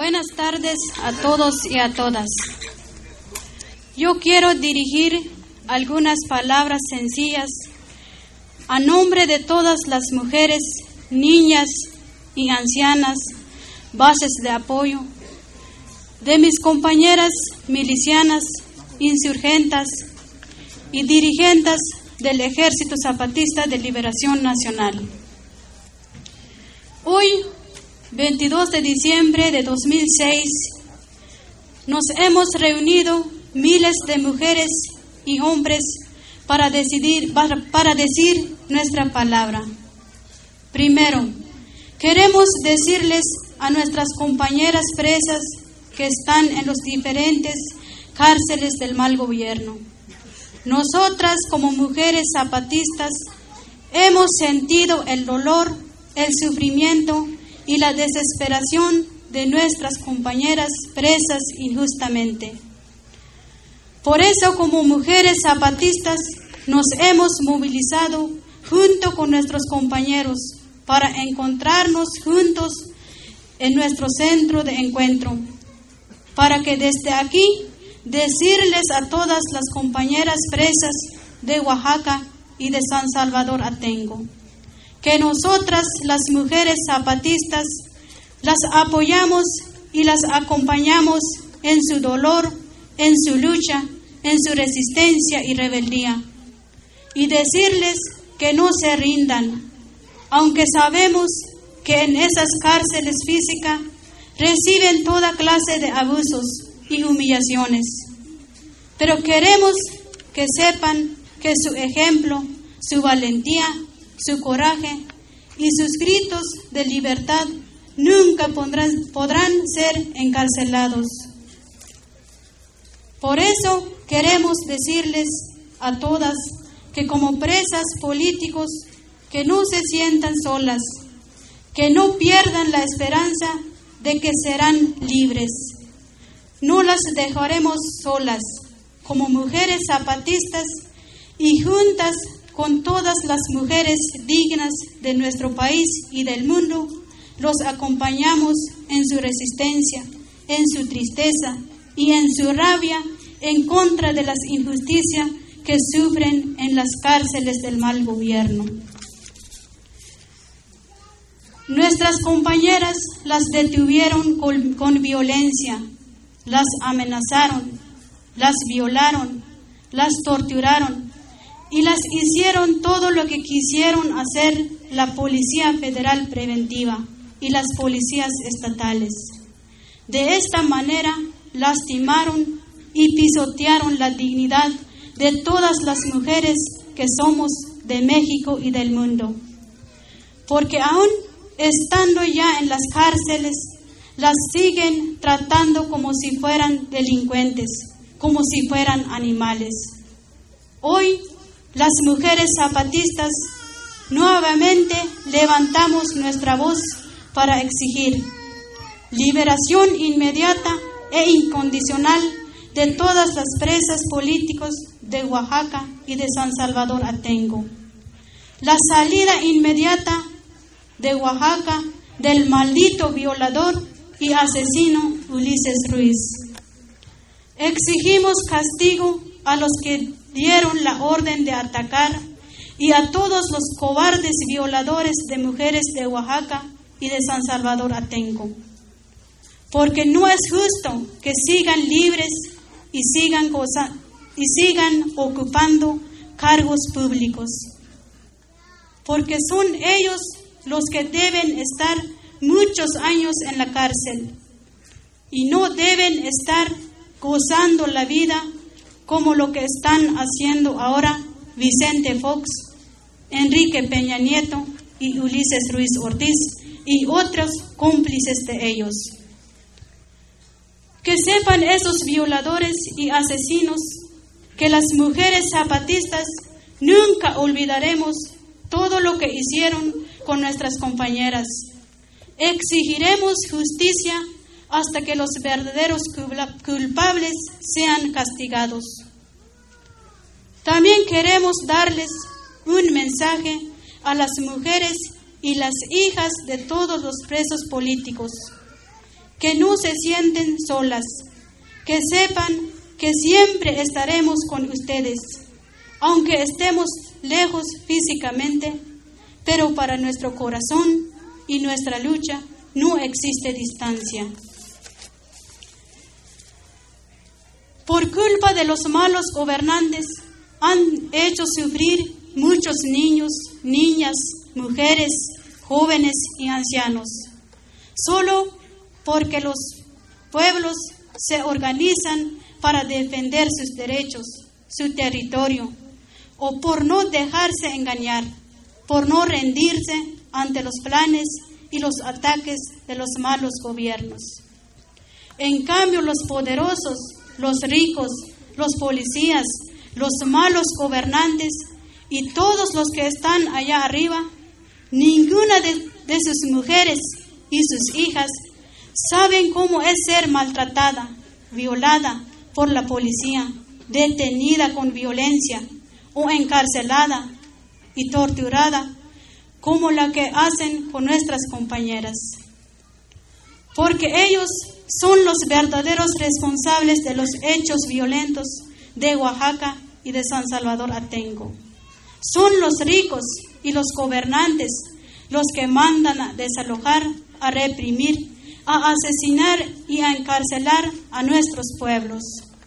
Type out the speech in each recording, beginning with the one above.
Buenas tardes a todos y a todas. Yo quiero dirigir algunas palabras sencillas a nombre de todas las mujeres, niñas y ancianas, bases de apoyo, de mis compañeras milicianas, insurgentas y dirigentes del Ejército Zapatista de Liberación Nacional. Hoy, 22 de diciembre de 2006, nos hemos reunido miles de mujeres y hombres para decir nuestra palabra. Primero, queremos decirles a nuestras compañeras presas que están en los diferentes cárceles del mal gobierno. Nosotras, como mujeres zapatistas, hemos sentido el dolor, el sufrimiento y la desesperación de nuestras compañeras presas injustamente. Por eso, como mujeres zapatistas, nos hemos movilizado junto con nuestros compañeros para encontrarnos juntos en nuestro centro de encuentro, para que desde aquí decirles a todas las compañeras presas de Oaxaca y de San Salvador Atenco, que nosotras, las mujeres zapatistas, las apoyamos y las acompañamos en su dolor, en su lucha, en su resistencia y rebeldía. Y decirles que no se rindan, aunque sabemos que en esas cárceles físicas reciben toda clase de abusos y humillaciones. Pero queremos que sepan que su ejemplo, su valentía, su coraje y sus gritos de libertad nunca podrán ser encarcelados. Por eso queremos decirles a todas que como presas políticos que no se sientan solas, que no pierdan la esperanza de que serán libres. No las dejaremos solas, como mujeres zapatistas y juntas con todas las mujeres dignas de nuestro país y del mundo, los acompañamos en su resistencia, en su tristeza y en su rabia en contra de las injusticias que sufren en las cárceles del mal gobierno. Nuestras compañeras las detuvieron con violencia, las amenazaron, las violaron, las torturaron y las hicieron todo lo que quisieron hacer la Policía Federal Preventiva y las policías estatales. De esta manera lastimaron y pisotearon la dignidad de todas las mujeres que somos de México y del mundo. Porque aún estando ya en las cárceles, las siguen tratando como si fueran delincuentes, como si fueran animales. Hoy, las mujeres zapatistas nuevamente levantamos nuestra voz para exigir liberación inmediata e incondicional de todas las presas políticos de Oaxaca y de San Salvador Atenco. La salida inmediata de Oaxaca del maldito violador y asesino Ulises Ruiz. Exigimos castigo a los que dieron la orden de atacar y a todos los cobardes violadores de mujeres de Oaxaca y de San Salvador Atenco. Porque no es justo que sigan libres y sigan ocupando cargos públicos. Porque son ellos los que deben estar muchos años en la cárcel y no deben estar gozando la vida como lo que están haciendo ahora Vicente Fox, Enrique Peña Nieto y Ulises Ruiz Ortiz y otros cómplices de ellos. Que sepan esos violadores y asesinos que las mujeres zapatistas nunca olvidaremos todo lo que hicieron con nuestras compañeras. Exigiremos justicia hasta que los verdaderos culpables sean castigados. También queremos darles un mensaje a las mujeres y las hijas de todos los presos políticos, que no se sienten solas, que sepan que siempre estaremos con ustedes, aunque estemos lejos físicamente, pero para nuestro corazón y nuestra lucha no existe distancia. Por culpa de los malos gobernantes han hecho sufrir muchos niños, niñas, mujeres, jóvenes y ancianos, solo porque los pueblos se organizan para defender sus derechos, su territorio, o por no dejarse engañar, por no rendirse ante los planes y los ataques de los malos gobiernos. En cambio, los poderosos, los ricos, los policías, los malos gobernantes y todos los que están allá arriba, ninguna de sus mujeres y sus hijas saben cómo es ser maltratada, violada por la policía, detenida con violencia o encarcelada y torturada como la que hacen con nuestras compañeras. Porque ellos son los verdaderos responsables de los hechos violentos de Oaxaca y de San Salvador Atenco. Son los ricos y los gobernantes los que mandan a desalojar, a reprimir, a asesinar y a encarcelar a nuestros pueblos.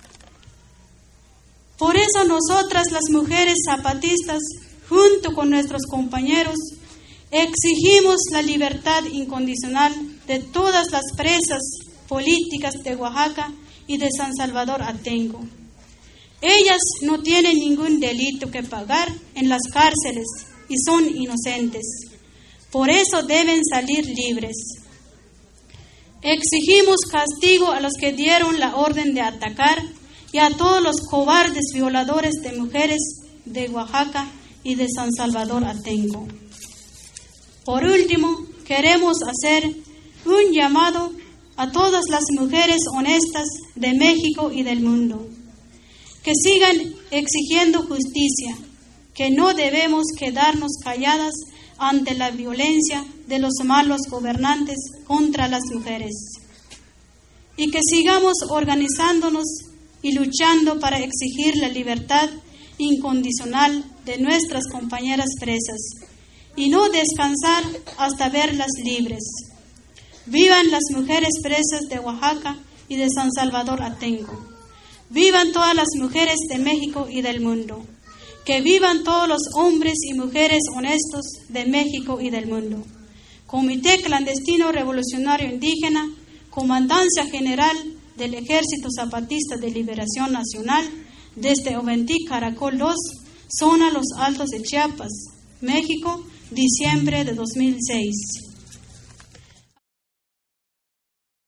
Por eso nosotras, las mujeres zapatistas, junto con nuestros compañeros, exigimos la libertad incondicional de todas las presas políticas de Oaxaca y de San Salvador Atenco. Ellas no tienen ningún delito que pagar en las cárceles y son inocentes. Por eso deben salir libres. Exigimos castigo a los que dieron la orden de atacar y a todos los cobardes violadores de mujeres de Oaxaca y de San Salvador Atenco. Por último, queremos hacer un llamado a todas las mujeres honestas de México y del mundo, que sigan exigiendo justicia, que no debemos quedarnos calladas ante la violencia de los malos gobernantes contra las mujeres, y que sigamos organizándonos y luchando para exigir la libertad incondicional de nuestras compañeras presas y no descansar hasta verlas libres. Vivan las mujeres presas de Oaxaca y de San Salvador Atenco. Vivan todas las mujeres de México y del mundo. Que vivan todos los hombres y mujeres honestos de México y del mundo. Comité Clandestino Revolucionario Indígena, Comandancia General del Ejército Zapatista de Liberación Nacional, desde Oventic, Caracol 2, Zona Los Altos de Chiapas, México, diciembre de 2006.